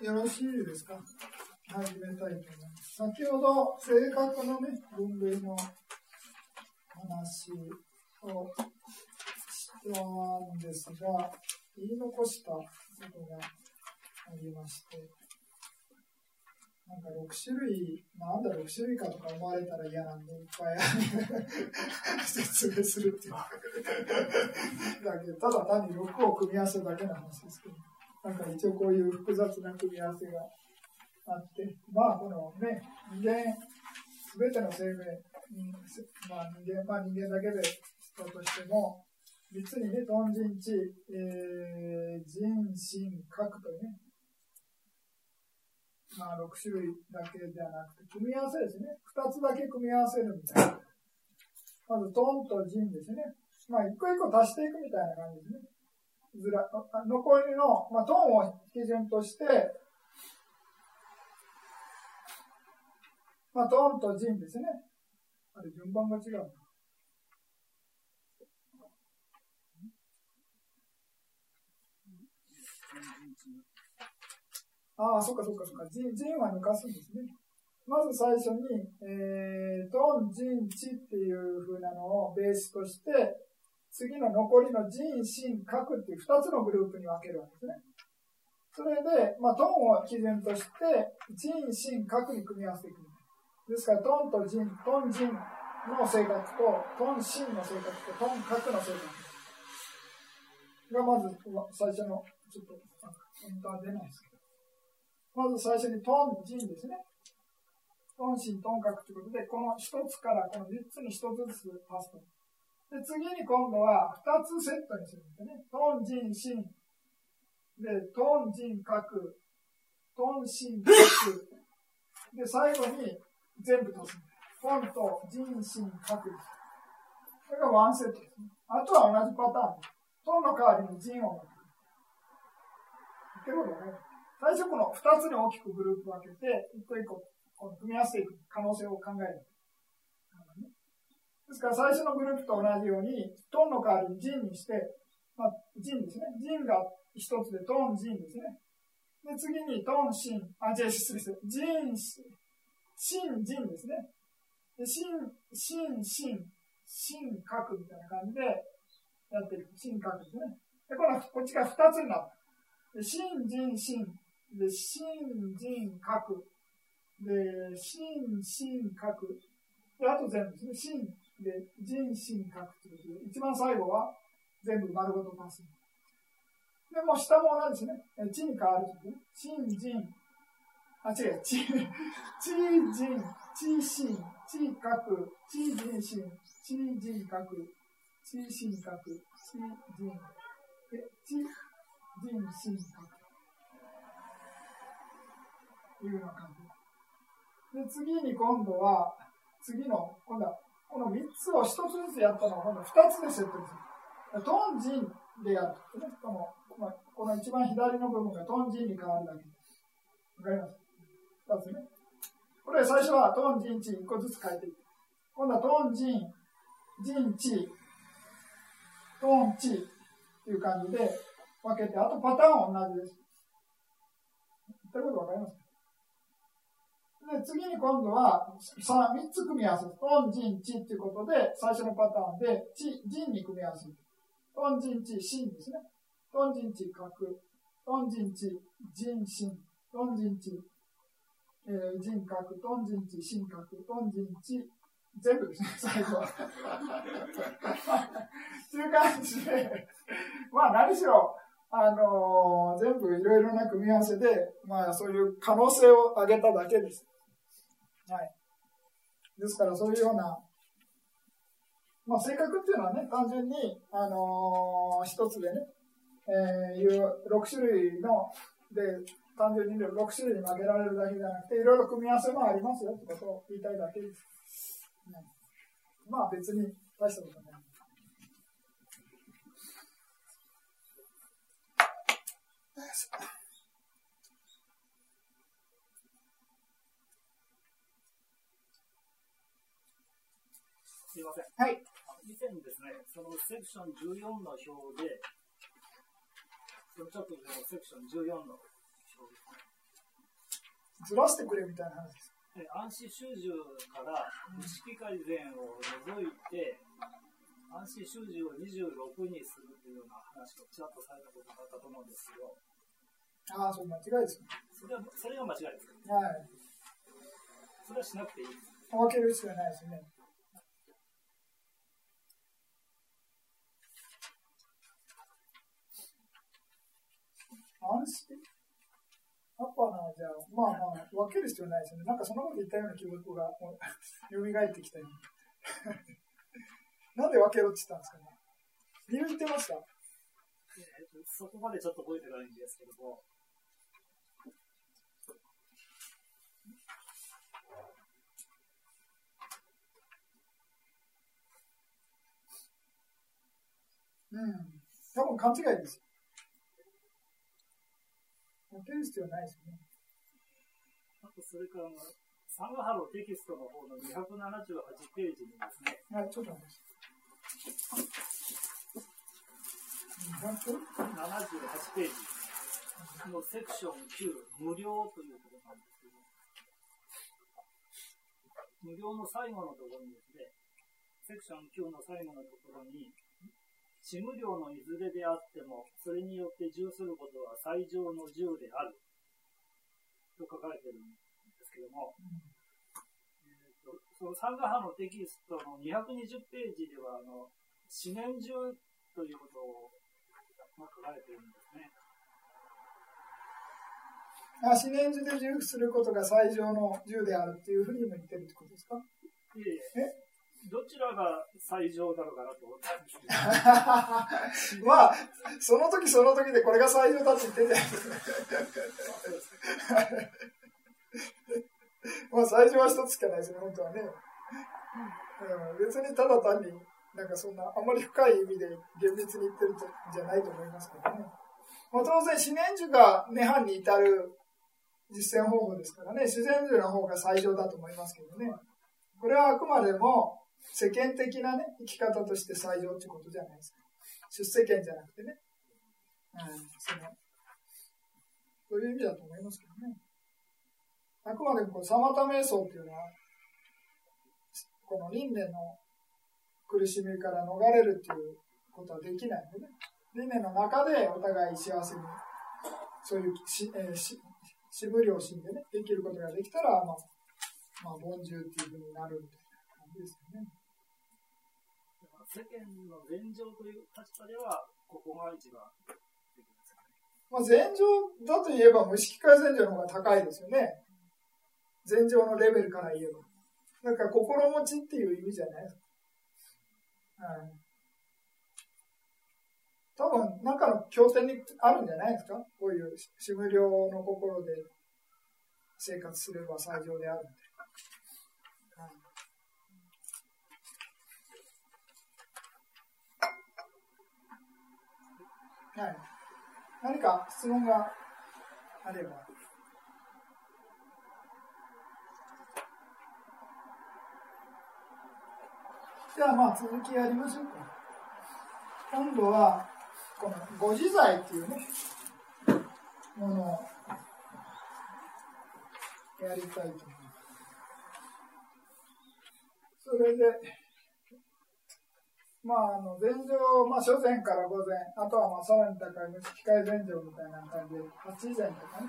よろしいですか。始めたいと思います。先ほど性格のね、分類の話をしたんですが、言い残したことがありまして、なんか6種類、なんだ6種類かとか思われたら嫌なんで、いっぱい説明するっていうだけど、ただ単に6を組み合わせるだけの話ですけど、なんか一応こういう複雑な組み合わせがあって、まあこのね、人間、すべての生命、人間だけでしたとしても、3つにね、トン人知、人心核というね、6種類だけではなくて、組み合わせですね。2つだけ組み合わせるみたいな。まず、トンとジンですね。一個一個足していくみたいな感じですね。残りの、トンを基準として、トンとジンですね。あれ、順番が違うな。そっか。ジンは抜かすんですね。まず最初に、トン、ジン、チっていう風なのをベースとして、次の残りのジン、シン、カクっていう2つのグループに分けるわけですね。それで、トンを基準として、ジン、シン、カクに組み合わせていく。ですから、トンとジン、トン、ジンの性格と、トン、シンの性格と、トン、カクの性格がまず最初の、ちょっと、ポイントは出ないですけど。まず最初にトン、ジンですね。トン、シン、トン、カクということで、この1つからこの3つに1つずつ足すと。で、次に今度は2つセットにするんですね。トン、ジン、シン。で、トン、ジン、カク。トン、シン、カク。で、最後に全部足す。トンとジン、シン、カクです。これがワンセットですね。あとは同じパターン。トンの代わりにジンを持ってくる。ってことね。最初この2つに大きくグループ分けて、一個一個組み合わせていく可能性を考える。ですから最初のグループと同じように、トンの代わりにジンにして、ジンですね。ジンが一つでトン、ジンですね。で、次にトン、シン、失礼です。ジン、シン、ジンですね。で、シン、カクみたいな感じでやっていく。シン、カクですね。で、こっちが2つになった。で、シン、ジン、シン。で、シン、ジン、カク。で、シン、カク。で、あと全部ですね。シン、で、ジン、シン、カクということで、一番最後は全部丸ごと足す。で、もう下も同じですね。チに変わるときね。チン、ジン。チ、ジン、チ、シン、チ、カク、チ、ジン、シン、チ、ジン、カク、チ、シン、カク、チ、ジン、チ、ジン、シン、カク。というような感じ。で、次に今度は、この3つを1つずつやったのを今度2つでセットにする。トン、ジンでやるとね。この一番左の部分がトン、ジンに変わるだけです。わかります？ 2 つね。これ最初はトン、ジン、チ1個ずつ書いていく。今度はトン、ジン、ジン、チ、トン、チっていう感じで分けて、あとパターンは同じです。ということわかります？で、次に今度は3つ組み合わせる。トン、ジン、チっていうことで、最初のパターンで、ジンに組み合わせる。トン、ジン、チ、シンですね。トン、ジン、チ、カク。トン、ジン、チ、ジン、シン。トン、ジン、チ、ジン、カク。トン、ジン、チ、シン、カク。トン、ジン、チ、全部ですね、最後は。という感じで、何しろ、全部いろいろな組み合わせで、そういう可能性を挙げただけです。はい。ですから、そういうような、性格っていうのはね、単純に、一つでね、いう6種類の、で、単純に6種類に分けられるだけじゃなくて、いろいろ組み合わせもありますよってことを言いたいだけです。別に大したことない。 すみません。 はい。 以前ですね、そのセクション14の表で、ちょっとセクション14の表ですね。 ずらしてくれみたいな話です。 安心修従から意識改善を除いて、安心修従を26にするというような話をちらっとされたことがあったと思うんですけど。 ああ、それ間違いですね。 それは間違いですか？ はい。 それはしなくていいです。 分ける必要ないですね。安心アッパーなじゃあ、まあまあ、分ける必要ないですね。なんかそんなこと言ったような記憶が蘇ってきたよ。なんで分けろって言ったんですかね。理由言ってました？ そこまでちょっと覚えてないんですけども。 多分勘違いです。分ける必要ないですね。 あとそれからサンガハローテキストの方の278ページにですね。 はい、ちょっと待って。 278ページのセクション9、無料ということなんですけど、無料の最後のところにですね、セクション9の最後のところに、私無料のいずれであっても、それによって従することは最上の従であると書かれているんですけども、そのサンガハのテキストの220ページでは、四年従ということを書かれているんですね。 四年従で従することが最上の従であるっていうふうにも言ってるってことですか？ いえいえ。どちらが最上なのかなと思ったんですけど。 まあ、その時その時でこれが最上だって言ってるじゃないですか。まあ、最上は一つしかないですね、本当はね。別にただ単に、なんかそんな、あまり深い意味で厳密に言ってるんじゃないと思いますけどね。まあ、当然、四年従が涅槃に至る実践方法ですからね、自然従の方が最上だと思いますけどね。これはあくまでも、世間的なね、生き方として最上ってことじゃないですか。出世間じゃなくてね。そういう意味だと思いますけどね。あくまでもサマタ瞑想っていうのは、この輪廻の苦しみから逃れるっていうことはできないのでね。輪廻の中でお互い幸せに、そういう死無良心でね、できることができたら、まあ、凡従っていうふうになるみたいな感じですよね。 世間の禅情という立場では、ここが一番できますかね。 まあ、禅情だといえば、無意識界禅情の方が高いですよね。禅情のレベルから言えば。だから、心持ちっていう意味じゃないですか。多分、なんかの経典にあるんじゃないですか。こういう死無量の心で生活すれば最上であるみたいな。はい、何か質問があれば。じゃあまあ続きやりましょうか。今度はこのご自在っていうねものをやりたいと思います。それで禅定、初禅から五禅、あとはさらに高い無識界禅定みたいな感じで、八禅とかね、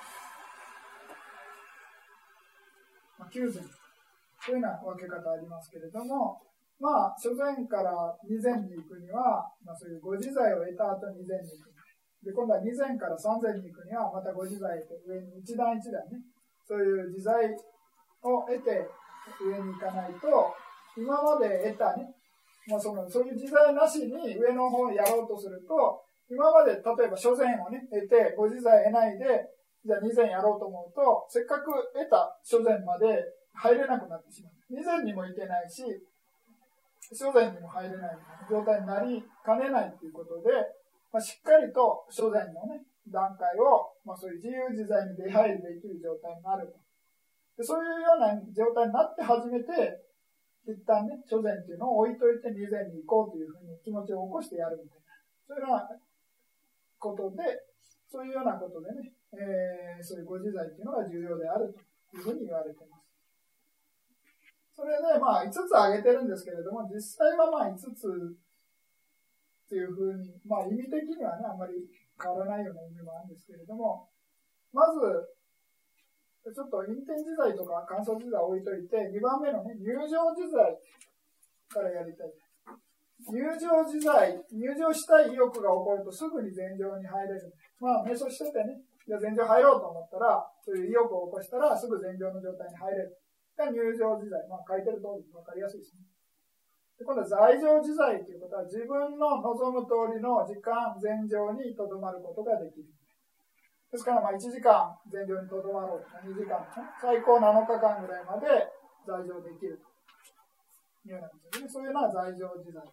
九禅、そういうような分け方ありますけれども、初禅から二禅に行くには、そういうご自在を得た後二禅に行く。で、今度は二禅から三禅に行くには、またご自在と上に一段一段ね、そういう自在を得て上に行かないと、今まで得たね、そういう自在なしに上の方をやろうとすると、今まで例えば初禅をね、得て、ご自在得ないで、じゃあ二禅やろうと思うと、せっかく得た初禅まで入れなくなってしまう。二禅にも行けないし、初禅にも入れない状態になりかねないということで、しっかりと初禅のね、段階を、そういう自由自在に出入りできる状態になると。で、そういうような状態になって初めて、一旦ね、初禅っていうのを置いといて二禅に行こうというふうに気持ちを起こしてやるみたいな。そういうようなことで、そういうようなことでね、 そういうご自在というのが重要であるというふうに言われています。それで5つ挙げてるんですけれども、実際は5つっていうふうに、意味的にはね、あんまり変わらないような意味もあるんですけれども、まず、ちょっと因縁自在とか観察自在を置いといて、2番目のね、入場自在からやりたい。入場自在、入場したい意欲が起こるとすぐに禅定に入れる。瞑想しててね、じゃあ禅定入ろうと思ったら、そういう意欲を起こしたらすぐ禅定の状態に入れる。が入場自在。書いてる通り分かりやすいですね。で今度は在場自在ということは、自分の望む通りの時間、禅定にとどまることができる。ですから、1時間禅定にとどまろうとか、2時間、最高7日間ぐらいまで在場できるというようなんですよね。そういうのは在場自在。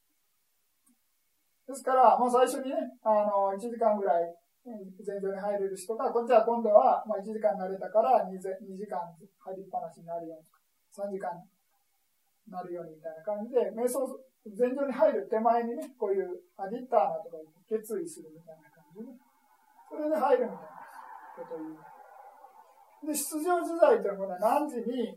ですから、最初にね、1時間ぐらい禅定に入れる人が、じゃあ今度は1時間慣れたから2時間入りっぱなしになるように、3時間になるようにみたいな感じで、瞑想、禅定に入る手前にね、こういうアディッターナとか決意するみたいな感じで、それで入るみたいなことを言う。で、出場自在というのは何時に、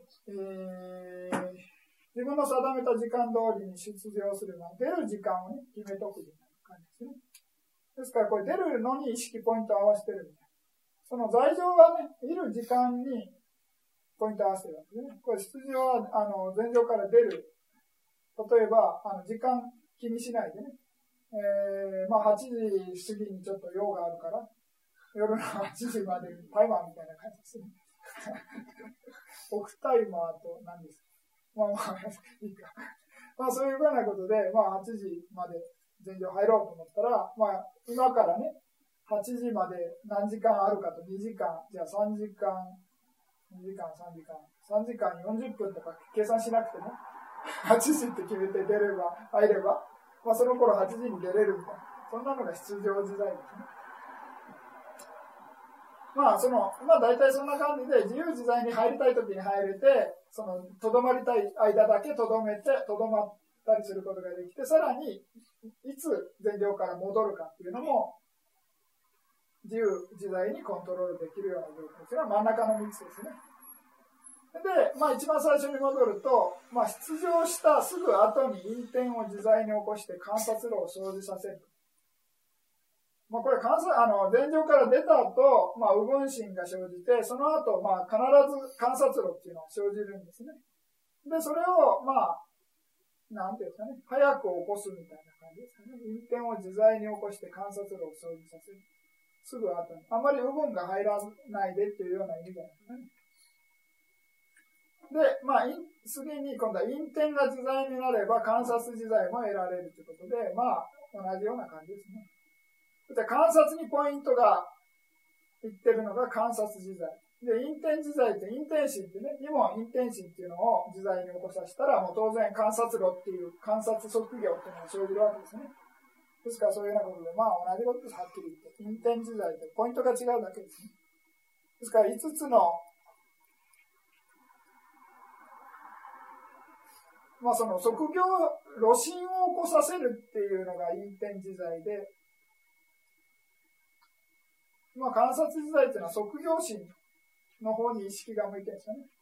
自分の定めた時間通りに出場するのは、出る時間をね、決めとくみたいな感じですね。ですから、これ出るのに意識ポイントを合わせてるみたいな。その在場がね、いる時間にポイントを合わせてるわけですね。これ出場は、禅定から出る。例えば、時間気にしないでね、8時過ぎにちょっと用があるから、夜の8時までにタイマーみたいな感じですね。オフタイマーと何ですか。いいか。そういうふうなことで、8時まで禅定入ろうと思ったら、今からね、8時まで何時間あるかと2時間、じゃあ3時間、2時間、3時間、3時間40分とか計算しなくてね、8時って決めて出れば、入れば、その頃8時に出れるみたいな、そんなのが出場自在ですね。大体そんな感じで、自由自在に入りたいときに入れて、とどまりたい間だけとどまったりすることができて、さらに、いつ禅定から戻るかっていうのも、自由自在にコントロールできるような状況ですが、真ん中の3つですね。で、一番最初に戻ると、出場したすぐ後に因縁を自在に起こして観察路を生じさせる。これ禅定から出た後、右分心が生じて、その後、必ず観察路っていうのが生じるんですね。で、それを、なんていうんですかね、早く起こすみたいな感じですかね。因縁を自在に起こして観察路を生じさせる。すぐ後に。あまり右分が入らないでっていうような意味じゃないですかね。で、次に今度は因縁が自在になれば観察自在も得られるということで、同じような感じですね。観察にポイントがいってるのが観察自在。で、因縁自在って因縁心ってね、二問因縁心っていうのを自在に起こさせたら、もう当然観察路っていう観察職業っていうのが生じるわけですね。ですからそういうようなことで、同じことです、はっきり言って。因縁自在ってポイントが違うだけですね。ですから5つの、その職業、路心を起こさせるっていうのが因縁自在で、観察自在っていうのは職業心の方に意識が向いてるんですよね。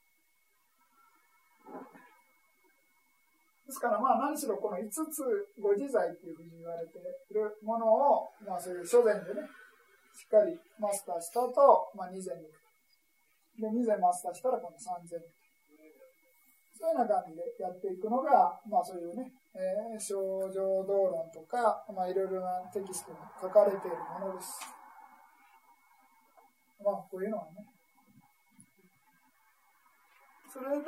ですから何しろこの5つご自在っていうふうに言われているものを、そういう諸禅でね、しっかりマスターした後、2禅に行く。で、2禅マスターしたらこの3禅に行く。そういうような感じでやっていくのが、そういうね、清浄道論とか、いろいろなテキストに書かれているものです。こういうのはね。それで、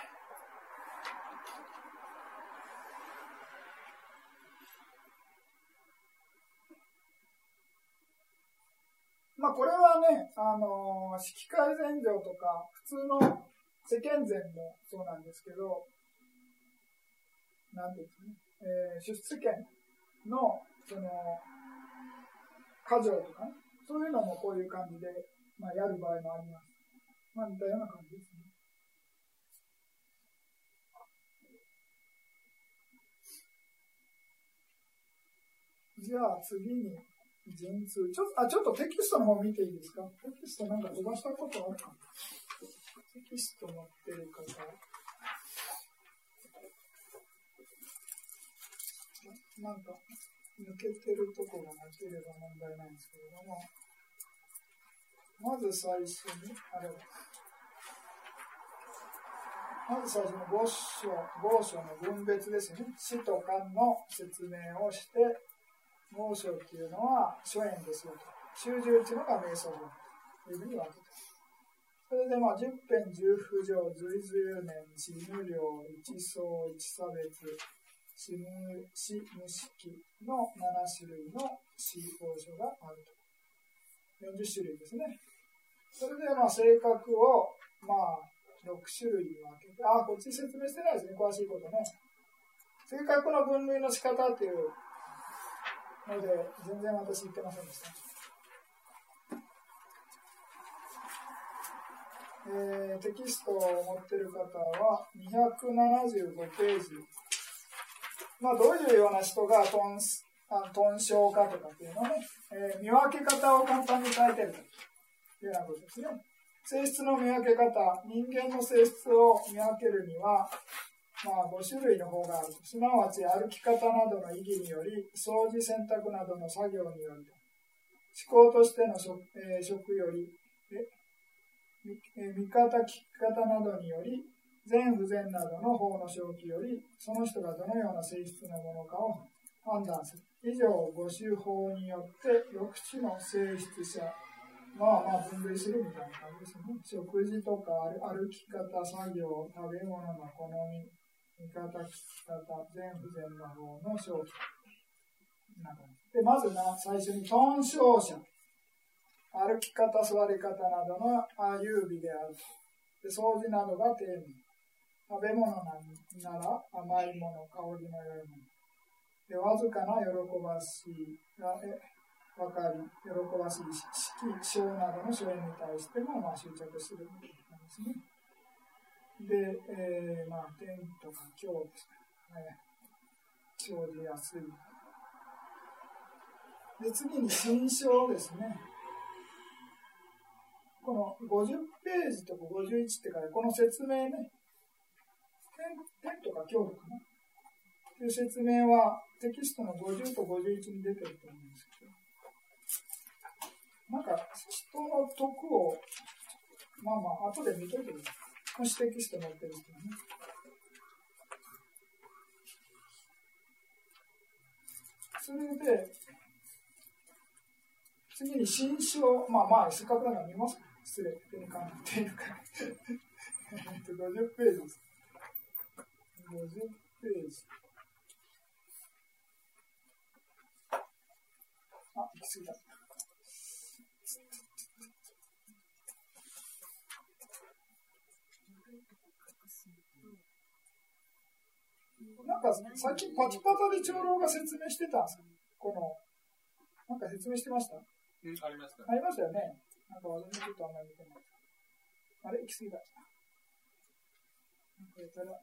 これはね、色界禅定とか、普通の世間禅もそうなんですけど、なんていうんですかね、出世権の、箇条とかね、そういうのもこういう感じで、やる場合もあります。似たような感じですね。じゃあ次に、 陣痛。ちょっとテキストの方見ていいですか？テキストなんか飛ばしたことあるかな？テキスト持ってる方。なんか抜けてるところがなければ問題ないんですけれども、まず最初に、まず最初に5章の分別ですね。使と観の説明をして、5章っていうのは諸縁ですよと。修十っていうのが瞑想論というふうに分けています。それで10編10不条、随随年、地無量、一相、一差別、四無式の7種類の四法書があると。40種類ですね。それで性格を6種類に分けて、こっち説明してないですね、詳しいことね。性格の分類の仕方っていうので、全然私言ってませんでした。テキストを持っている方は275ページ。どういうような人が頓症かとかっていうのをね、見分け方を簡単に書いてるというようなことですね。性質の見分け方、人間の性質を見分けるには、5種類の方があると。すなわち歩き方などの意義により、掃除洗濯などの作業により、思考としての職より、見方、聞き方などにより、善不善などの法の正気より、その人がどのような性質のものかを判断する。以上、5種法によって6種の性質者、分類するみたいな感じですね。食事とか歩き方、作業、食べ物の好み、見方、聞き方、善不善な法の正気。で、まず最初に頓症者。歩き方、座り方などの優美であると。で、掃除などが丁寧。食べ物なら甘いもの、香りの良いもの。で、わずかな喜ばしいが分かり、喜ばしい式、小などの所縁に対しても執着するんですね。で、天とか経ですね。生じやすい。で、次に心象ですね。この50ページとか51ってからこの説明ね、天とか経とかなという説明はテキストの50と51に出てると思うんですけど、人の徳を後で見といてください。もしテキスト持ってる人はね。それで次に心象、せっかくだから見ますか。失礼、手にかんっていうか50ページです。50ページ。行き過ぎた。さっきパチパタで長老が説明してたんですよ。説明してました？ ありました。 ありましたよね。私もちょっとあんまり見てない。あれ行き過ぎた。これから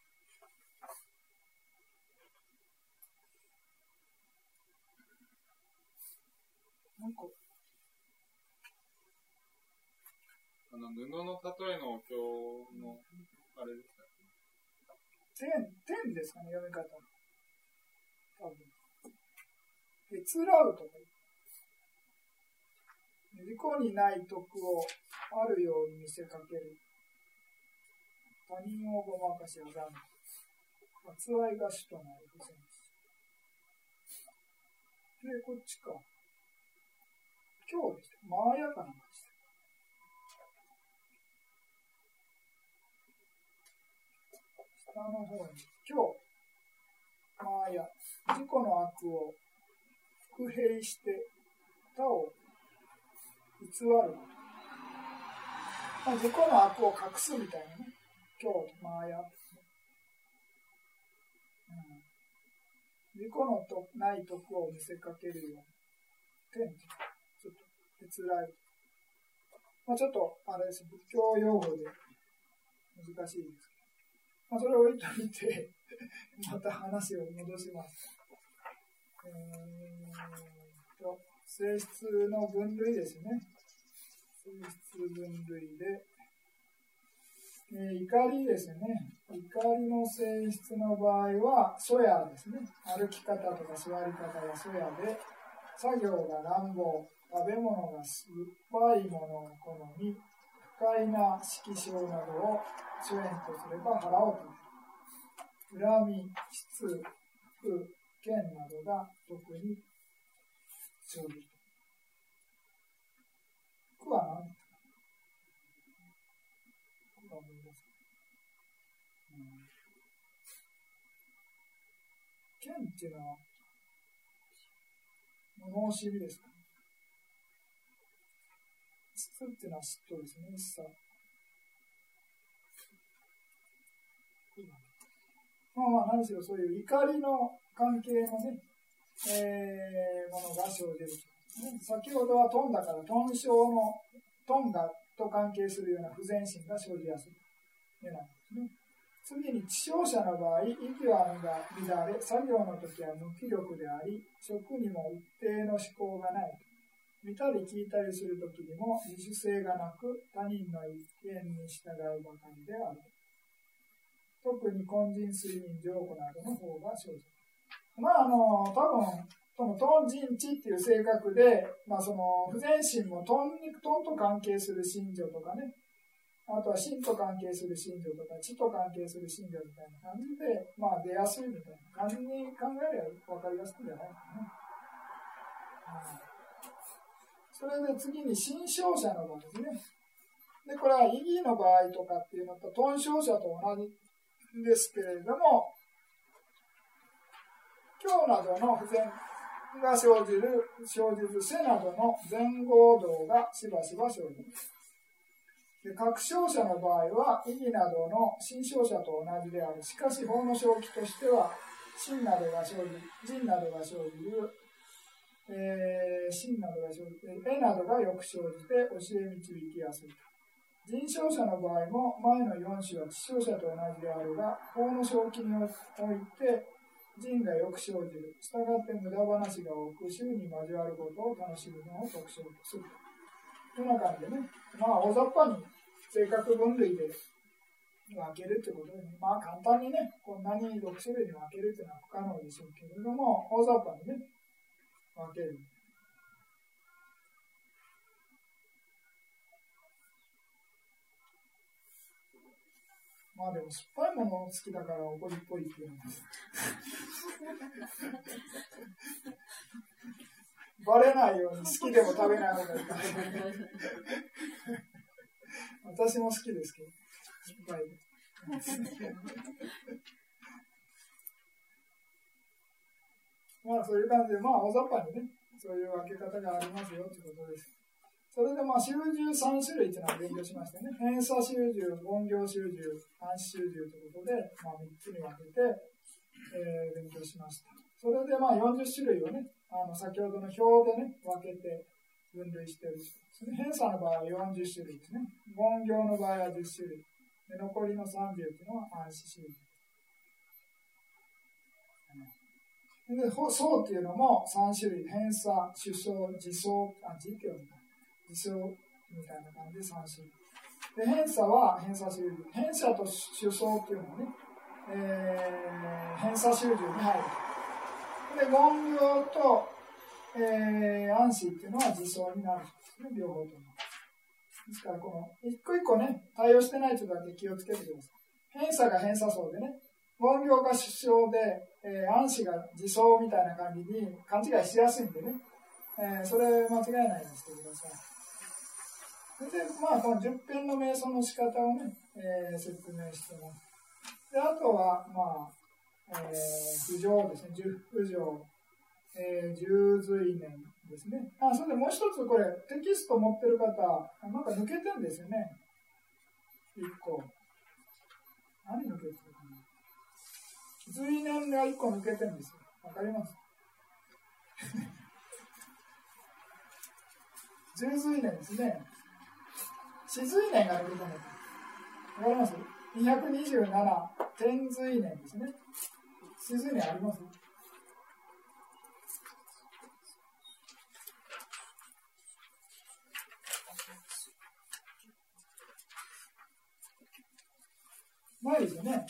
布の例えのお経のあれですかね。天ですかね、読み方。多分。へつらうとか。自己にない徳をあるように見せかける。他人をごまかしあざむ。割愛が主となる不戦士。で、こっちか。今日です。まあやかな感じ。下の方に、今日、まあや、自己の悪を伏兵して他を偽る。自己の悪を隠すみたいなね。今日、まあや。自己のない徳を見せかけるように。天地。ちょっと、へつらい。ちょっと、あれです。仏教用語で難しいですけど。それを置いといて、また話を戻します。 性質の分類ですね。性質分類で、怒りですね。怒りの性質の場合は、そやですね。歩き方とか座り方がそやで、作業が乱暴、食べ物が酸っぱいものを好み、不快な色相などを諸縁とすれば腹を立てる。恨み、失、不、嫌などが特に生じる。苦は何ですか？苦は思いますか？嫌っていうのは物知りですか？失っていうのは嫉妬ですね。一切。何しろそういう怒りの関係のね、ものが生じる。先ほどはトンだからトン症のトンがと関係するような不全心が生じやすい。なんですね。次に知傷者の場合、息は乱れ、作業の時は無気力であり、食にも一定の思考がない。見たり聞いたりする時にも自主性がなく、他人の意見に従うばかりである。特に根人睡眠浄化などの方が生じる。多分そのトン人知っていう性格で、その不全心もトンと関係する心情とかね、あとは心と関係する心情とか知と関係する心情みたいな感じで、出やすいみたいな感じに考えれば分かりやすいんじゃないかな。それで次に心傷者の場合ですね。で、これは意義の場合とかっていうのとトン傷者と同じですけれども、今日などの不全が生じず背などの前合動がしばしば生じる。で、確証者の場合は意義などの心証者と同じである。しかし法の正気としては心などが生じる、人などが生じる、心などが生じる、絵などがよく生じて教え導きやすい。人証者の場合も前の4種は知証者と同じであるが、法の正気において人がよく生じる。したがって無駄話が多く、周に交わることを楽しむのを特徴とする。こんな感じでね、大雑把に性格分類で分けるということでね、簡単にね、こんなに6種類に分けるというのは不可能でしょうけれども、大雑把にね、分ける。でも酸っぱいもの好きだから怒りっぽいっていうのです。バレないように好きでも食べない方がいい。私も好きですけど、酸っぱい。そういう感じで、大雑把にね、そういう分け方がありますよということです。それで習従3種類というのを勉強しましたね。偏差習従、言行習従、暗視習従ということで、3つに分けて、勉強しました。それで40種類をね、先ほどの表でね、分けて分類している。偏差の場合は40種類ですね。言行の場合は10種類。で残りの30というのは暗視習従。で、相っていうのも3種類。偏差、主相、自相、自っていうのか。自相みたいな感じで3種類。で、偏差は偏差習従。偏差と主相っていうのはね、偏差習従に入る。で、言行と、暗視っていうのは自相になるんですね、両方とも。ですから、この一個一個ね、対応してない人だけ気をつけてください。偏差が偏差相でね、言行が主相で、暗視が自相みたいな感じに勘違いしやすいんでね、それ間違えないようにしてください。で、この10編の瞑想の仕方をね、説明してます。で、あとは、不浄ですね、十不浄、十随念ですね。それでもう一つ、これ、テキスト持ってる方、なんか抜けてるんですよね。一個。何抜けてるかな。随念が一個抜けてるんですよ。わかります十随念ですね。四随念が抜けてるんです。わかります ?227、天随念ですね。四随念ありますないですよね。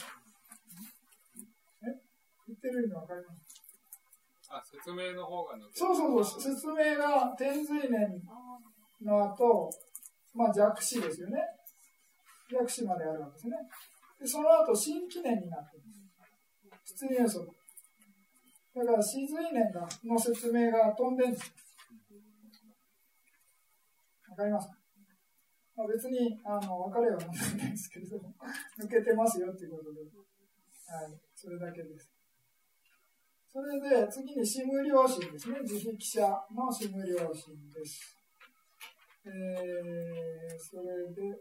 言ってる意味わかります？ 説明の方が抜けてそう、説明が天髄年の後、弱視ですよね。弱視まであるわけですね。で、その後、新記念になっています。出入則。だから、死髄年の説明が飛んでるんです。わかりますか？別に、分かれは問題ないですけれども、抜けてますよということで、はい、それだけです。それで、次にシム良心ですね。自筆者のシム良心です。それで、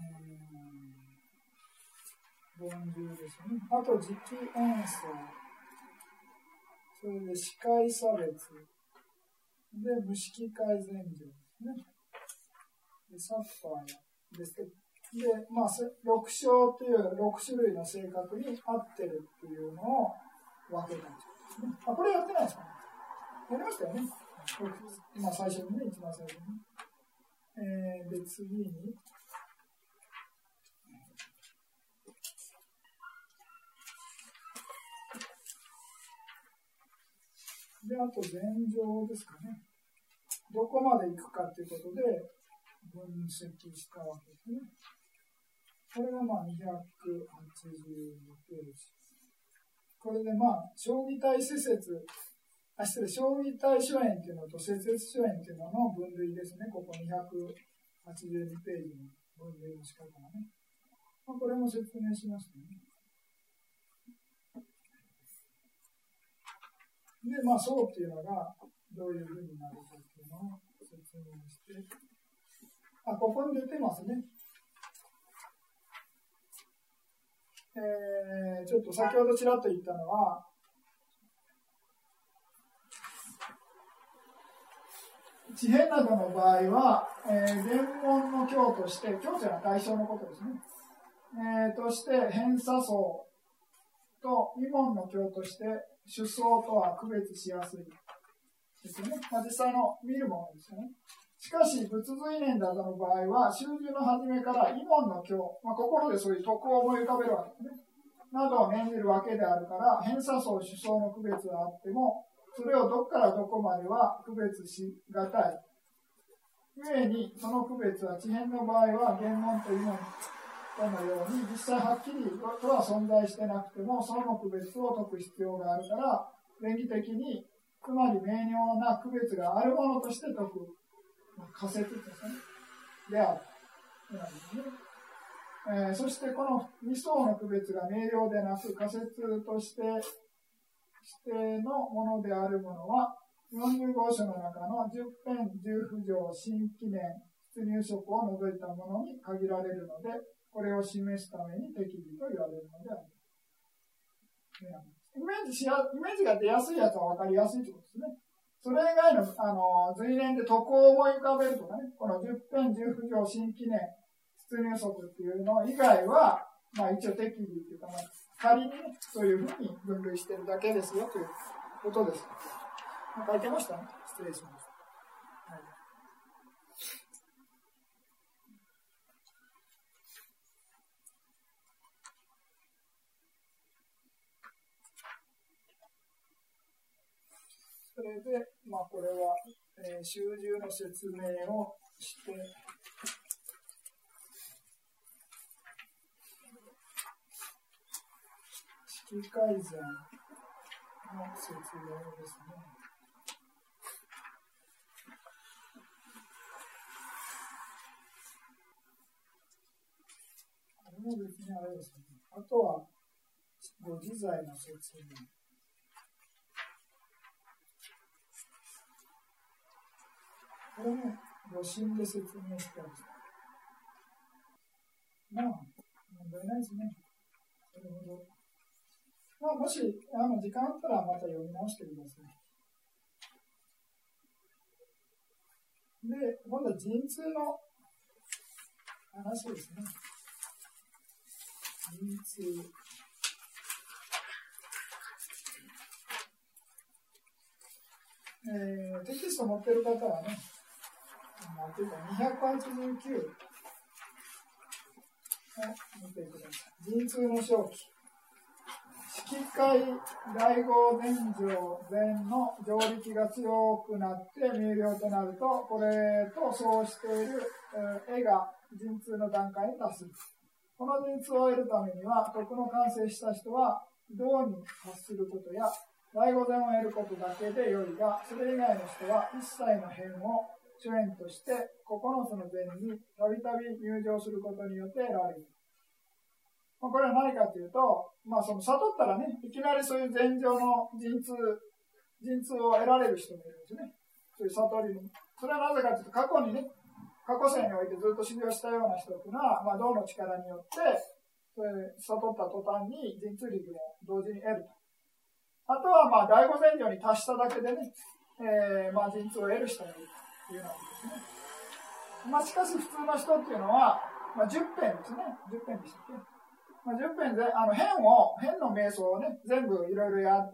凡重ですね。あと、磁気演奏。それで、視界差別。で、無色界前情ですね。で、サッファイアですけど、で、6章という6種類の性格に合ってるっていうのを分けたんですね。これやってないですかね？やりましたよね。最初にね、一番最初に。で、次に、で、あと前情ですかね。どこまで行くかということで分析したわけですね。これが280ページ。これで将棋対施設、将棋対諸縁というのと施設諸縁というのの分類ですね。ここ282ページの分類の仕方がね。これも説明しましたね。で、そうっていうのがどういうふうになるかっていうのを説明して、ここに出てますね。ちょっと先ほどちらっと言ったのは、地変などの場合は、原文の教として、教というのは対象のことですね。として、偏差相と異門の教として、主相とは区別しやすいですよね。実際の見るものですよね。しかし、仏随年などの場合は、習字の初めから異門の教、心でそういう徳を思い浮かべるわけですね。などを念じるわけであるから、偏差相、主相の区別はあっても、それをどこからどこまでは区別しがたい。故に、その区別は、地変の場合は、原文と異門とのように、実際はっきりとは存在してなくても、その区別を解く必要があるから、連義的に、つまり明瞭な区別があるものとして解く。仮説ですね。である。そしてこの2層の区別が明瞭でなく仮説として指定のものであるものは45書の中の10編10不条新記念出入職を除いたものに限られるので、これを示すために適宜と言われるのである。イメージが出やすいやつは分かりやすいということですね。それ以外の、随年で徳を思い浮かべるとかね、この10編10不条新記念出入則っていうの以外は、一応適宜っていうか、仮にね、そういうふうに分類してるだけですよということです。書いてましたね。失礼します。はい、それで、これは、習字の説明をして、式改善の説明ですね。これも別にあれですね。あとは、ご自在の説明。これも余震で説明してある。問題ないですね。それほど。もし時間あったらまた読み直してください。で、今度は陣痛の話ですね。陣痛。テキスト持ってる方はね、289 見てください。陣痛の正気。色界第五前上前の上力が強くなって明瞭となると、これとそうしている絵が陣痛の段階に達する。この陣痛を得るためには、徳の完成した人は道に達することや第五前を得ることだけでよいが、それ以外の人は一切の辺を主縁として9つの前にたびたび入場することによって得られる。これは何かというと、その悟ったらね、いきなりそういう前上の陣痛を得られる人もいるんですね。そういう悟りに。それはなぜかというと、過去世においてずっと修行したような人っていうのは、道の力によって、それ悟った途端に陣痛力も同時に得ると。あとは、第五前上に達しただけでね、陣痛を得る人もいるというようなことですね。しかし普通の人っていうのは、10編ですね。10編でしたっけ10編で、辺の瞑想をね、全部いろいろやって、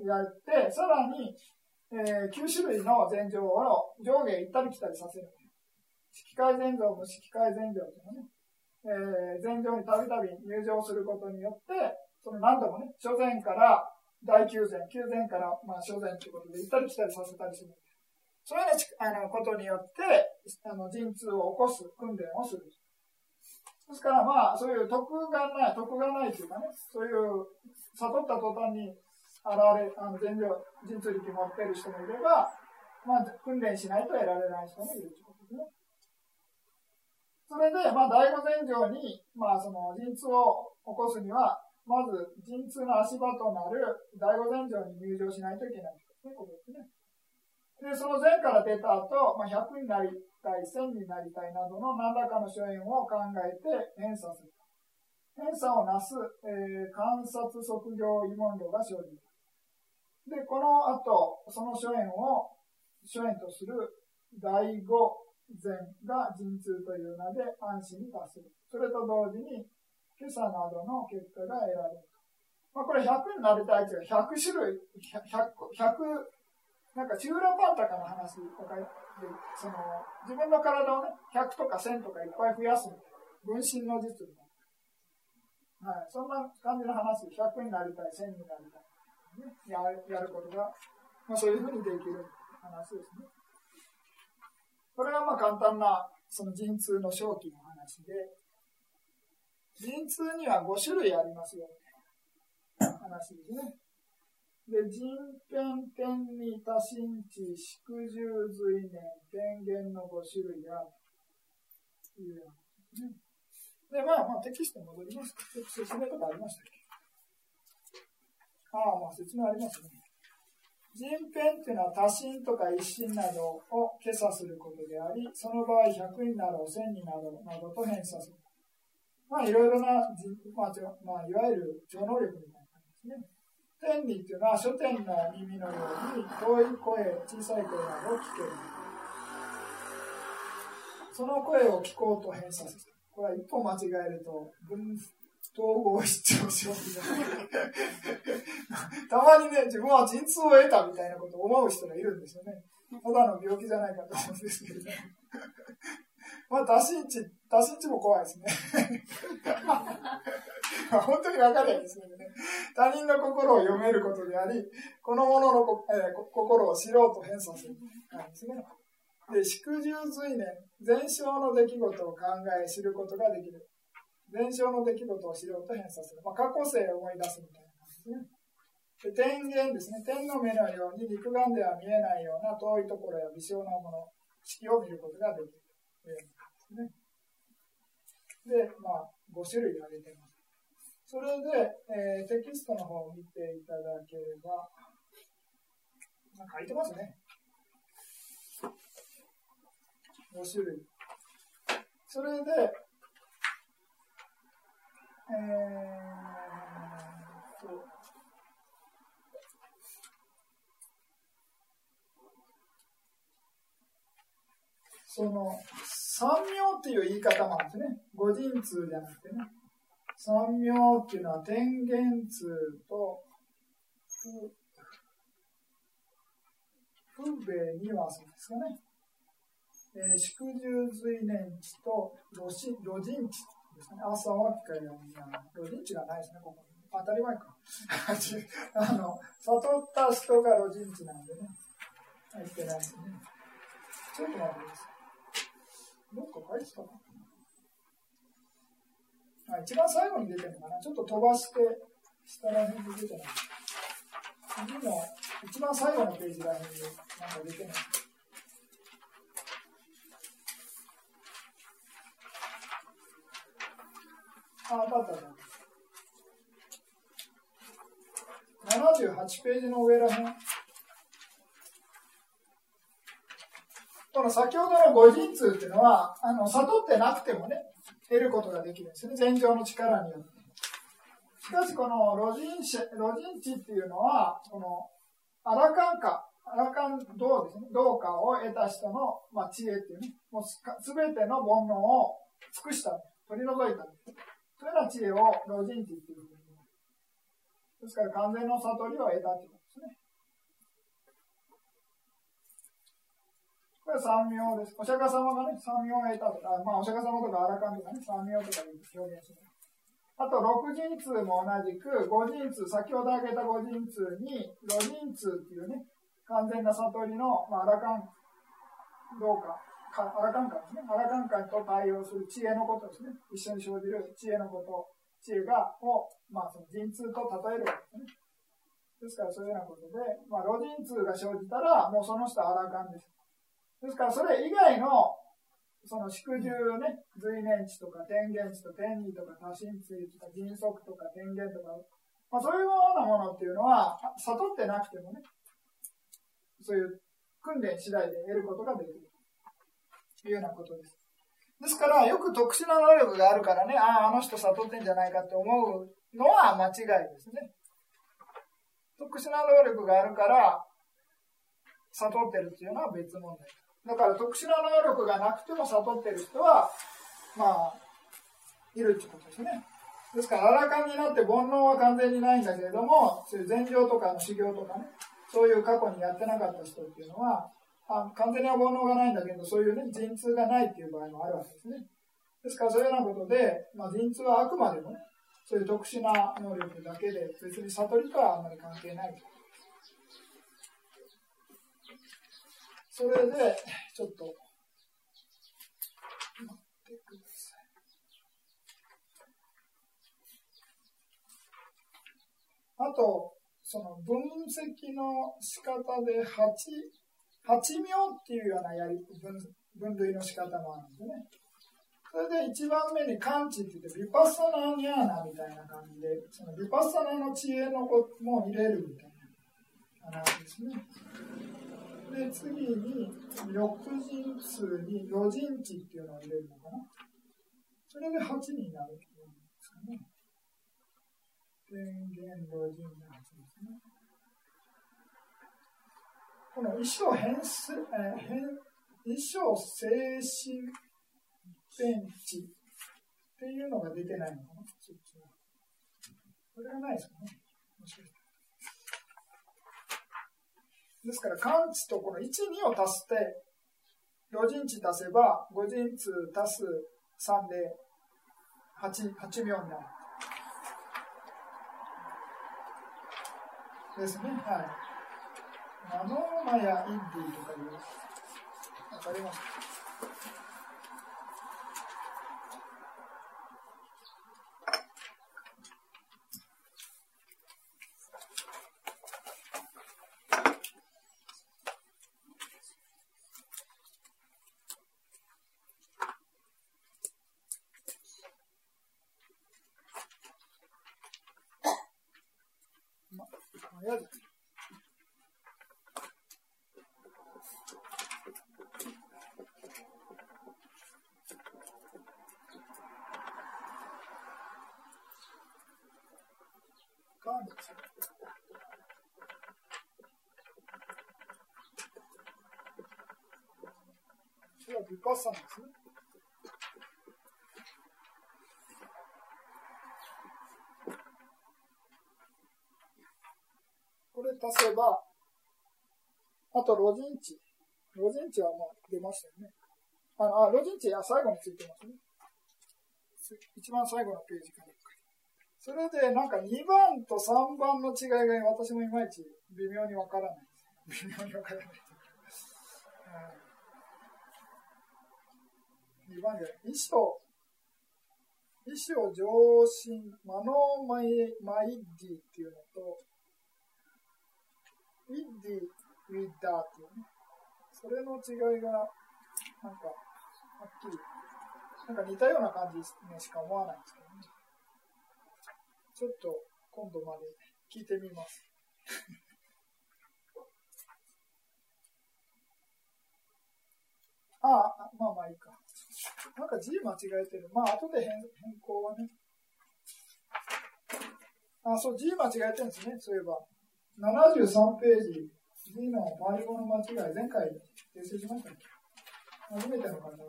さらに、9種類の前上を上下行ったり来たりさせる。色界前上も色界前上というのね、前上にたびたび入場することによって、その何度もね、初前から大九前、九前から初前ということで行ったり来たりさせたりする。そういうことによって、陣痛を起こす訓練をする。ですから、そういう徳がないというかね、そういう悟った途端に前上、陣痛力持っている人もいれば、訓練しないと得られない人もいるということですね。それで、第五前上に、その陣痛を起こすには、まず陣痛の足場となる第五前上に入場しないといけないということですね。で、その前から出た後、100になりたい、1000になりたいなどの何らかの諸縁を考えて偏差する。偏差をなす、観察測量疑問論が生じる。で、この後、その諸縁とする第五前が陣痛という名で安心に達する。それと同時に、今朝などの結果が得られる。これ100になりたいというのは100種類、100なんかチューラパンタカの話とかで、自分の体をね、100とか1000とかいっぱい増やす分身の術みたいな。そんな感じの話、100になりたい、1000になりたい。ね、やることが、そういうふうにできる話ですね。これが簡単なその陣痛の正気の話で、陣痛には5種類ありますよって話ですね。で、人偏天に多心地、宿住随念、天元の5種類であるというようなことですね。で、テキストに戻ります。ちょっと説明とかありましたっけ？説明ありますね。人偏というのは多心とか一心などを消さすることであり、その場合100になろう、1000になろうなどと偏差する。いろいろな、いわゆる超能力みたいな感じですね。天理というのは書天の耳のように遠い声、小さい声などを聞ける。その声を聞こうと偏差する。これは一歩間違えると統合失調症になる。たまにね、自分は陣痛を得たみたいなことを思う人がいるんですよね。ただの病気じゃないかと思うんですけれども。多心地も怖いですね。本当に分かりやすいですね。他人の心を読めることであり、この者の心を知ろうと偏差するなんですね。で、宿住随念、前生の出来事を考え知ることができる。前生の出来事を知ろうと偏差する。過去世を思い出すみたいな感じですね。で、天元ですね。天の目のように肉眼では見えないような遠いところや微小なもの、色を見ることができるという感じですね。で、5種類挙げています。それで、テキストの方を見ていただければ、書いてますね。5種類。それで、その三妙っていう言い方なんですね。五陣痛じゃなくてね。三妙っていうのは天元痛と風米にはそうですかね。宿住随念地と路陣地でですね。朝は機械がロジンチがないですね、ここに。当たり前か。悟った人がロジンチなんでね。入ってないですね。ちょっと待ってください。どっか書いてたかな。一番最後に出てるのかな。ちょっと飛ばして、下ら辺に出てない。次の一番最後のページら辺になんか出てない。あった。78ページの上ら辺。この先ほどの五神通っていうのは、悟ってなくてもね、得ることができるんですね。禅定の力によって。しかし、このロジン知っていうのは、このアラカン道ですね、道化を得た人の、知恵っていうね、もうすべての煩悩を尽くした、取り除いた。そういうような知恵をロジン知っていうふうに言います。ですから、完全の悟りを得たということですね。これは三明です。お釈迦様がね、三明を得たとか、お釈迦様とかアラカンとかね、三明とかで表現する。あと、六神通も同じく、五神通、先ほど挙げた五神通に、ロジン通っていうね、完全な悟りの、アラカン道化、アラカン界ですね。アラカン界と対応する知恵のことですね。一緒に生じる知恵のこと、知恵を、その神通と例えるわけですね。ですから、そういうようなことで、ロジン通が生じたら、もうその人はアラカンです。ですから、それ以外の、その宿住ね、随念知とか天元知と天理とか多神追とか迅速とか天元とか、そういうようなものっていうのは、悟ってなくてもね、そういう訓練次第で得ることができるというようなことです。ですから、よく特殊な能力があるからね、あの人悟ってんじゃないかって思うのは間違いですね。特殊な能力があるから、悟ってるっていうのは別問題。だから特殊な能力がなくても悟ってる人は、いるってことですね。ですから、アラカンになって煩悩は完全にないんだけれども、そういう禅定とかの修行とかね、そういう過去にやってなかった人っていうのは、完全には煩悩がないんだけど、そういうね、神通がないっていう場合もあるわけですね。ですから、そういうようなことで、神通はあくまでもね、そういう特殊な能力だけで、別に悟りとはあまり関係ない。それで、ちょっと、待ってください。あと、その分析の仕方で八名っていうような分類の仕方もあるんですね。それで一番目に感知って言って、ヴィパッサナーニャーナみたいな感じで、そのヴィパッサナーの知恵のことも入れるみたいな話ですね。で、次に、六神通にロジン知っていうのを入れるのかな。それで8になるっていうんですかね。天元ロジンの8ですね。この一生精神天地っていうのが出てないのかな。そっちは。これがないですかね。もしかして。ですから、感知とこの1、2を足して、ロジン知足せば、五神通足す3で8名になる。ですね。はい。ナノーマやインディとかいう。わかりますか？それはヴィパッサナですね。これ足せば、あとロジン知。ロジン知はもう出ましたよね。ロジン知は最後についてますね。 一番最後のページから。それでなんか2番と3番の違いが私もいまいち微妙にわからない。微妙にわからない。2番で意志を上心、マノマイディっていうのと、ウィッディ、ウィッダーっていうね。それの違いが、なんか、はっきり、なんか似たような感じにしか思わないんですけどね。ちょっと今度まで聞いてみます。まあいいか。なんか字間違えてる。まあ後で変更はね。そう、字間違えてるんですね。そういえば。73ページ、字の周り語の間違い、前回訂正しましたね。初めての方はね。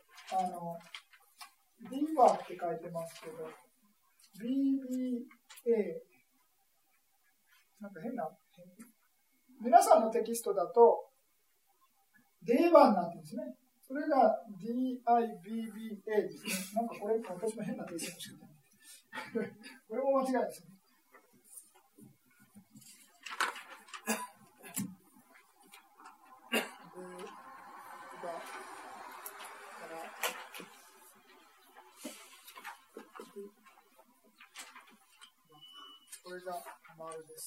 ビバって書いてますけど、BBA。なんか変な。皆さんのテキストだと、デーバになってるんですね。それが DIBBA ですね。なんかこれ、私も変な訂正の仕方。これも間違いですね。これが丸です。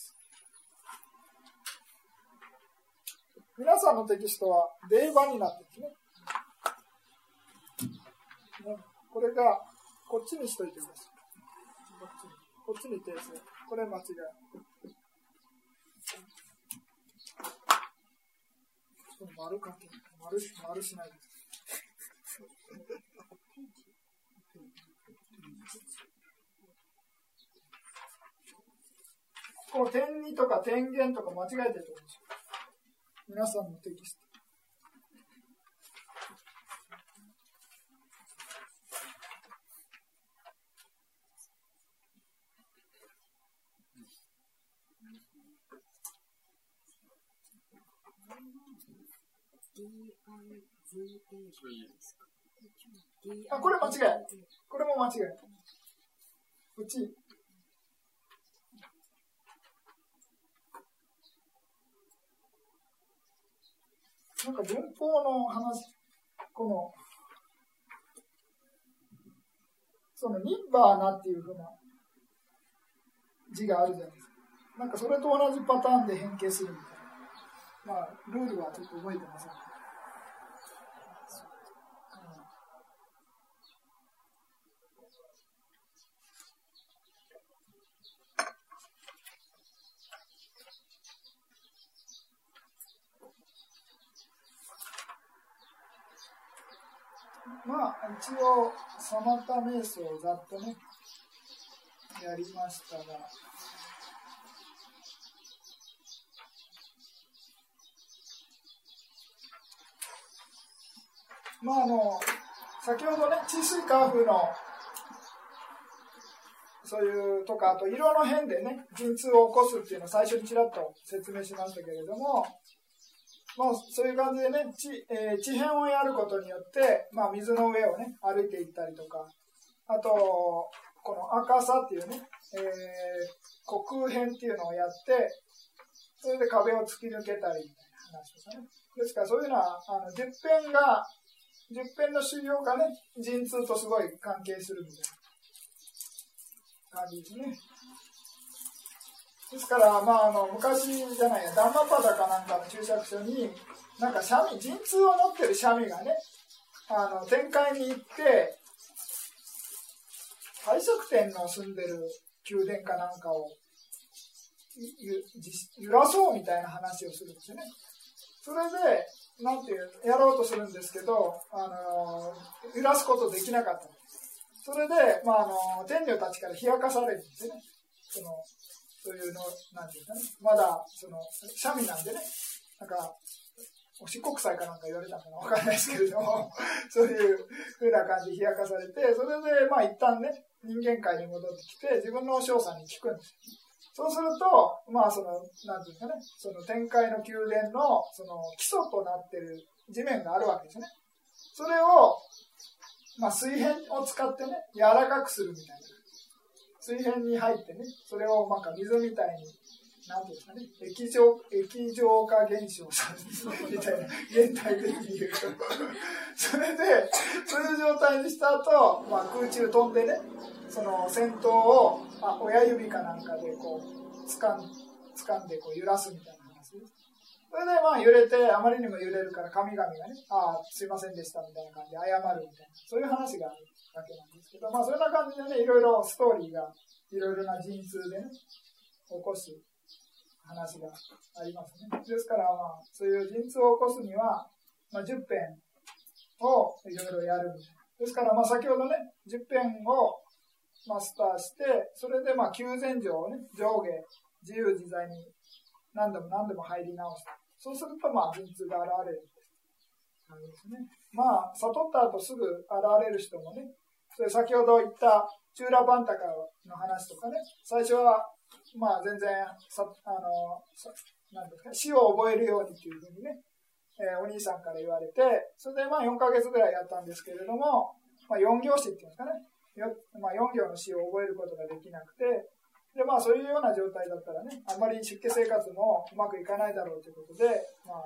皆さんのテキストはデーバになってるんですね。これがこっちにしといてください。こっちに訂正。これ間違い。丸かけ。丸しないです。この点2とか点減とか間違えてると思うんですよ。皆さんのテキスト。これ間違い。これも間違い。うち。なんか文法の話、そのニッバーナっていうふうな字があるじゃないですか。なんかそれと同じパターンで変形するみたいな。まあ、ルールはちょっと覚えてません。まあ、一応、サマタ瞑想をざっとね、やりましたが、まあ先ほどね、治水カーフの、そういうとか、あと色の変でね、陣痛を起こすっていうのを最初にちらっと説明しましたけれども、まあ、そういう感じでね、地変をやることによって、まあ、水の上をね、歩いていったりとか、あと、この赤さっていうね、虚空変っていうのをやって、それで壁を突き抜けたりみたいな話とかね。ですから、そういうのは、10編の修行がね、陣痛とすごい関係するみたいな感じですね。ですから、まあ、昔じゃないや、ダンマパダかなんかの注釈書に、なんか陣痛を持ってるシャミがね、天界に行って、帝釈天の住んでる宮殿かなんかを揺らそうみたいな話をするんですよね。それで、やろうとするんですけど、揺らすことできなかったんです。それで、まあ、天女たちから冷やかされるんですよね。そういうの、なんていうかね、まだ、シャミなんでね、なんか、おしっこ臭いかなんか言われたのかなわかんないですけれども、そういう風な感じで冷やかされて、それで、まあ一旦ね、人間界に戻ってきて、自分のお嬢さんに聞くんです。そうすると、まあなんていうかね、天界の宮殿の、基礎となっている地面があるわけですね。それを、 水片を使ってね、柔らかくするみたいな。水片に入ってね、それを水みたいに、なんていうんですかね、液状化現象されるみたいな、現代的に言うと。それで、そういう状態にした後、空中飛んでね、その先頭を親指かなんかでこう掴んでこう揺らすみたいな話です。それで揺れて、あまりにも揺れるから神々がね、すいませんでしたみたいな感じで謝るみたいな、そういう話があるわけなんですけど、そんな感じでね、いろいろストーリーが、いろいろな陣痛でね、起こす話がありますね。ですから、そういう陣痛を起こすには、10編をいろいろやるみたいな。ですから、先ほどね、10編をマスターして、それで九前上をね、上下、自由自在に何度も入り直す。そうすると、陣痛が現れる感じですね。悟った後すぐ現れる人もね、それ先ほど言ったチューラバンタカの話とかね、最初は、全然なんですか、死を覚えるようにというふうにね、お兄さんから言われて、それで4ヶ月ぐらいやったんですけれども、4行死っていうんですかね、4行の死を覚えることができなくて、でそういうような状態だったらね、あんまり出家生活もうまくいかないだろうということで、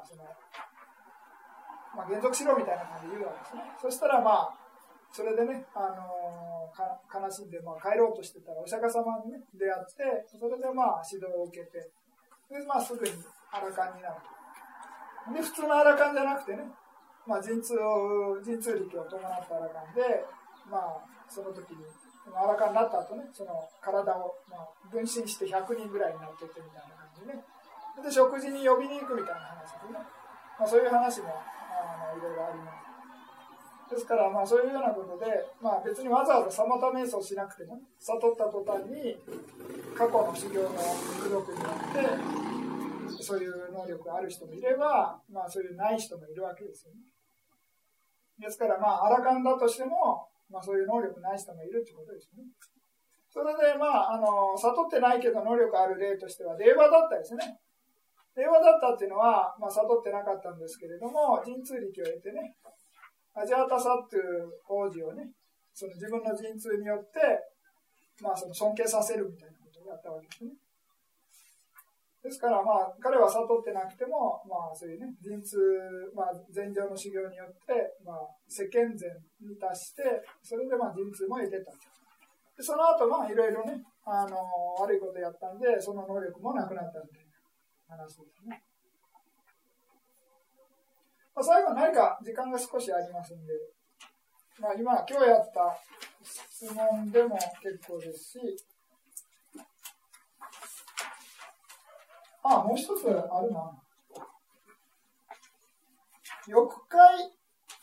減俗しろみたいな感じで言うわけですね。そしたらそれでね、悲しんで帰ろうとしてたらお釈迦様にね出会って、それで指導を受けて、ですぐにアラカンになると。で普通のアラカンじゃなくてね、陣痛力を伴ったアラカンで、その時にアラカンになった後ね、その体を分身して100人ぐらいになってってみたいな感じでね、で食事に呼びに行くみたいな話ですね。そういう話もいろいろあります。ですから、そういうようなことで、別にわざわざサマタ瞑想しなくても、悟った途端に過去の修行の功徳によってそういう能力がある人もいれば、そういうない人もいるわけですよね。ですから、アラカンだとしても、そういう能力ない人もいるということですね。それで、悟ってないけど能力ある例としては、令和だったですね。令和だったっていうのは、悟ってなかったんですけれども、神通力を得てね、アジャータサっていう王子をね、その自分の神通によって、その尊敬させるみたいなことをやったわけですね。ですから、彼は悟ってなくても、そういうね、神通、禅定の修行によって、世間禅に達して、それで神通も得てた。でその後、いろいろね、悪いことやったんで、その能力もなくなったみたいな話ですね。最後何か時間が少しありますんで、今日やった質問でも結構ですし、もう一つあるな。欲界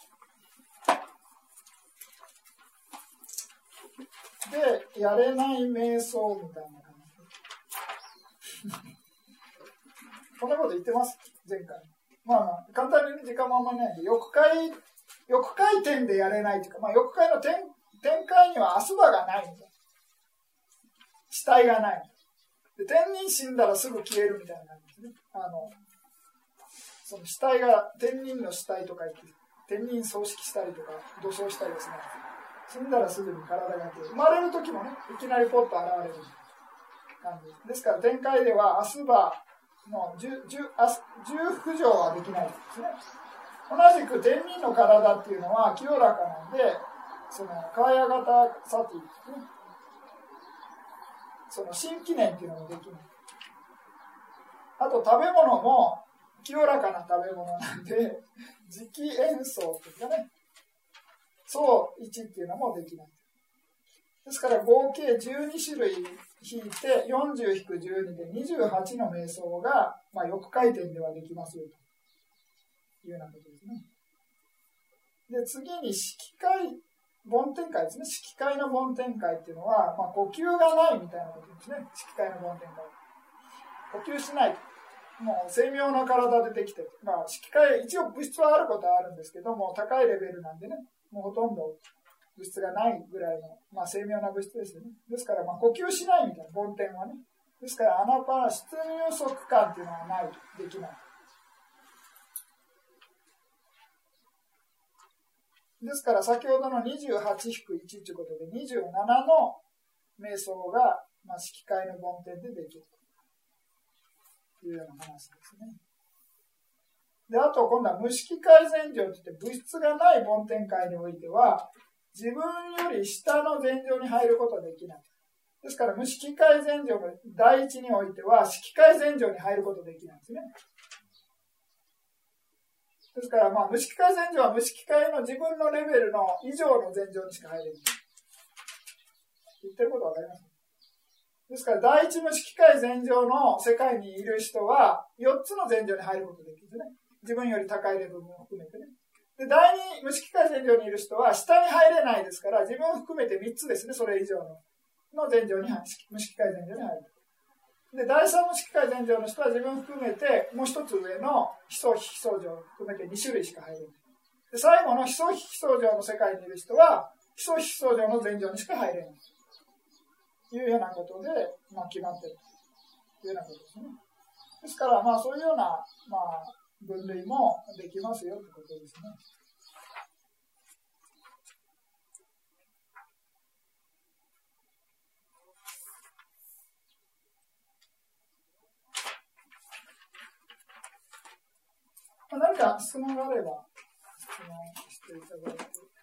でやれない瞑想みたいな感じ。こんなこと言ってます、前回。簡単に時間もあんまりないんで、欲界点でやれないというか、欲界の展開にはアスバがないんだ。死体がない。で天人死んだらすぐ消えるみたいな感じですね。その死体が天人の死体とか言って、天人葬式したりとか土葬したりですね。死んだらすぐに体が消える。生まれる時もね、いきなりポッと現れる感じですから、展開ではアスバの10浮上はできないですね。同じく天人の体っていうのは清らかなんで、そのカーヤガタサティですね。その新記念っていうのもできない。あと食べ物も清らかな食べ物なんで、磁気演奏っていうかね、総1っていうのもできない。ですから合計12種類引いて 40-12 で28の瞑想が、欲界点ではできますよというようなことですね。で、次に色界梵天界ですね。色界の梵天界っていうのは、呼吸がないみたいなことですね。色界の梵天界。呼吸しない。もう精妙な体でできてる。色界、一応物質はあることはあるんですけども、高いレベルなんでね、もうほとんど物質がないぐらいの、精妙な物質ですよね。ですから、呼吸しないみたいな、梵天はね。ですから、アナパー出入足感っていうのはない、できない。 ですから先ほどの28-1ということで27の瞑想が、色界の梵天でできるというような話ですね。で、あと今度は無色界禅定といって物質がない梵天界においては自分より下の禅定に入ることができない。ですから無色界禅定の第一においては色界禅定に入ることができないんですね。ですから無色界禅定は無色界の自分のレベルの以上の禅定にしか入れない。言ってることわかります？ですから第一無色界禅定の世界にいる人は4つの禅定に入ることができるんですね。自分より高いレベルも含めてね。で、第二無色界禅定にいる人は下に入れないですから、自分を含めて3つですね、それ以上の禅定に入る、無色界禅定に入る。で、第三無色界禅定の人は自分を含めてもう一つ上の非相非相乗を含めて2種類しか入れない。で、最後の非相非相乗の世界にいる人は非相非相乗の禅定にしか入れないというようなことで、決まっているというようなことですね。ですから、そういうような、分類もできますよということですね。何か質問があれば質問していただいて。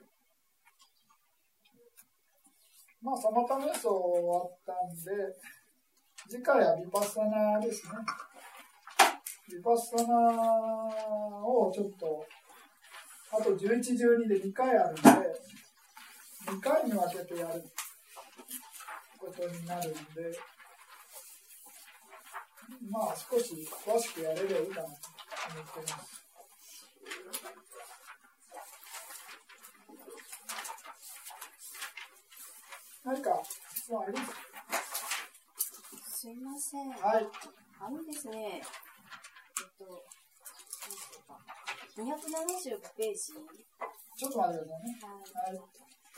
サマタ瞑想終わったんで、次回はヴィパッサナですね。ヴィパッサナをちょっと、あと11、12で2回あるんで、2回に分けてやることになるんで、少し詳しくやれればいいかなと思っています。何か質問ありますか？ すいません。 はい。 ですね、275ページ。 ちょっと待ってくださいね。はい。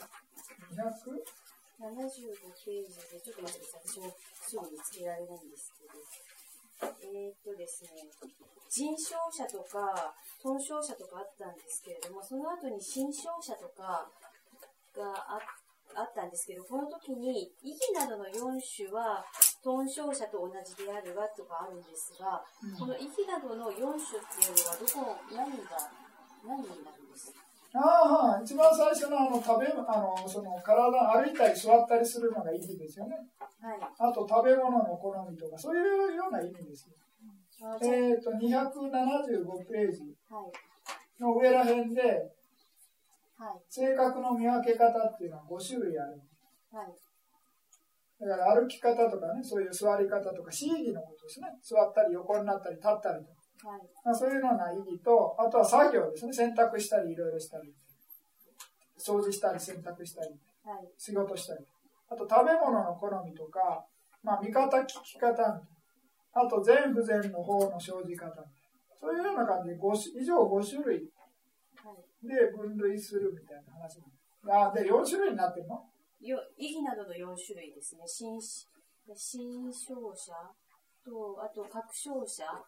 275ページで、ちょっと待ってください。私もすぐ見つけられないんですけど。ですね、腎症者とか、豚症者とかあったんですけれども、その後に心症者とかがあったんですけど、この時に意義などの4種は豚症者と同じであるわとかあるんですが、この意義などの4種っていうのは何になるんですか？ 一番最初のその体歩いたり座ったりするのが意味ですよね。 はい。 あと食べ物の好みとかそういうような意味ですよ。275ページの上ら辺で、 はい、 性格の見分け方っていうのは5種類ある。 はい、 だから歩き方とかね、そういう座り方とか、思議のことですね。座ったり横になったり立ったりとか、はい、そういうような意義と、あとは作業ですね。洗濯したりいろいろしたり、掃除したり洗濯したり、 はい、 仕事したり、あと食べ物の好みとか、見方聞き方、あと善不善の方の生じ方、そういうような感じで以上5種類で分類するみたいな話で、4種類になってるの？ 意義などの4種類ですね。心症者と、あと確証者が、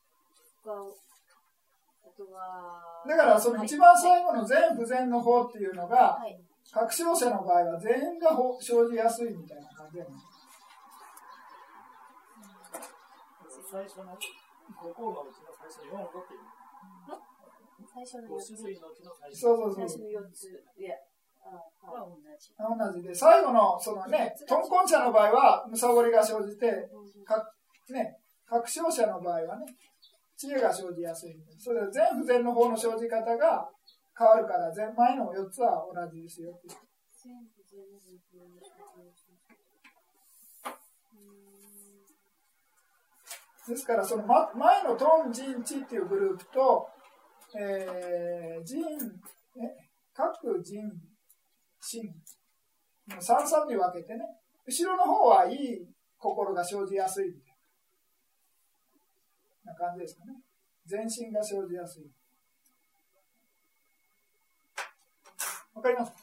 あとはだからその一番最後の善不善の方っていうのが、はい、確証者の場合は善が生じやすいみたいな感じだよね。 最初の5項のうちの最初の4個っていう。 最初の4つ。 そう最初の4つ。いや、 同じで、最後のそのね、豚根者の場合はむさぼりが生じて、確証者の場合はね、知恵が生じやすい。それで善不善の方の生じ方が変わるから、前の4つは同じですよ。ですからその前のトン・ジン・チっていうグループと、各人心3に分けてね、後ろの方はいい心が生じやすいみたいな感じですかね。全身が生じやすい。わかりますか？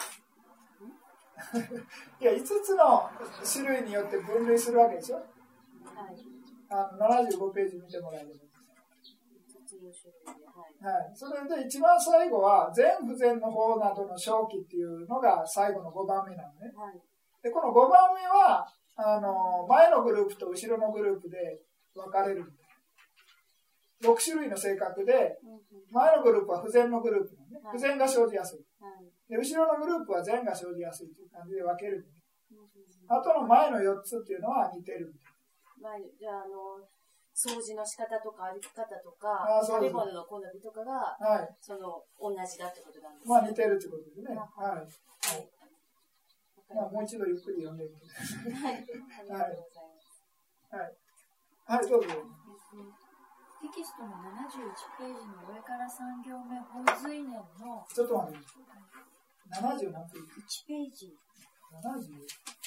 いや、5つの種類によって分類するわけでしょ。はい、75ページ見てもらえれば。 4種類で、はい。 はい。それで一番最後は、全不全の方などの正気っていうのが最後の5番目なのね。 はい。 で、この5番目は、前のグループと後ろのグループで分かれる。6種類の性格で、前のグループは不全のグループなんね。不全が生じやすい。で、後ろのグループは善が生じやすいという感じで分ける。あとの前の4つっていうのは似てる。 じゃあ、掃除の仕方とか歩き方とか、食べ物の好みとかが、 はい、 同じだってことなんですね。 まあ似てるってことですね。はい。はい。 まあもう一度ゆっくり読んでみてください。 はい。ありがとうございます。 はい。はい、どうぞ。 テキストの71ページの上から3行目、洪水年の。 ちょっと待ってください。70何ページ ?1 ページ。 70?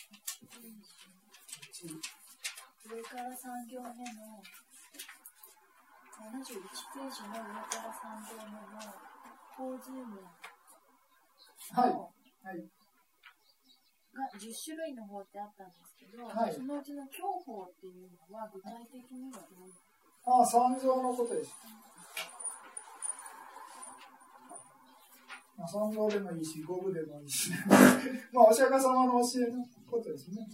上から3行目の71ページの上から3行目の洪水年の、 はい。 が10種類の方ってあったんですけど、 はい、 そのうちの教法っていうのは具体的にはどういう？ 三条のことです。三条でもいいし、五部でもいいし、お釈迦様の教えのことですね。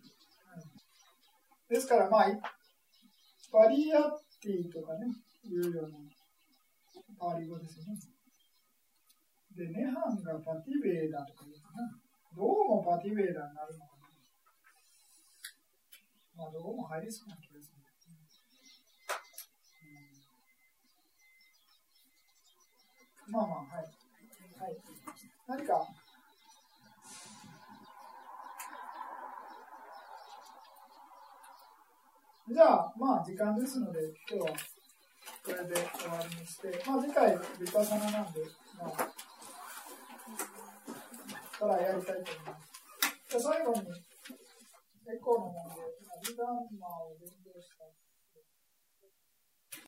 ですから、パリアッティとかね、いうようなパーリ語ですよね。で、ネハンがパティベーダとかいうかな。どうもパティベーダになるのかな。どうも入りそうな気がする。はい。はい。何かじゃあ、時間ですので、今日はこれで終わりにして、次回、ヴィパッサナなんで、からやりたいと思います。じゃあ最後に、エコーの問題、ヴィダンマを勉強した。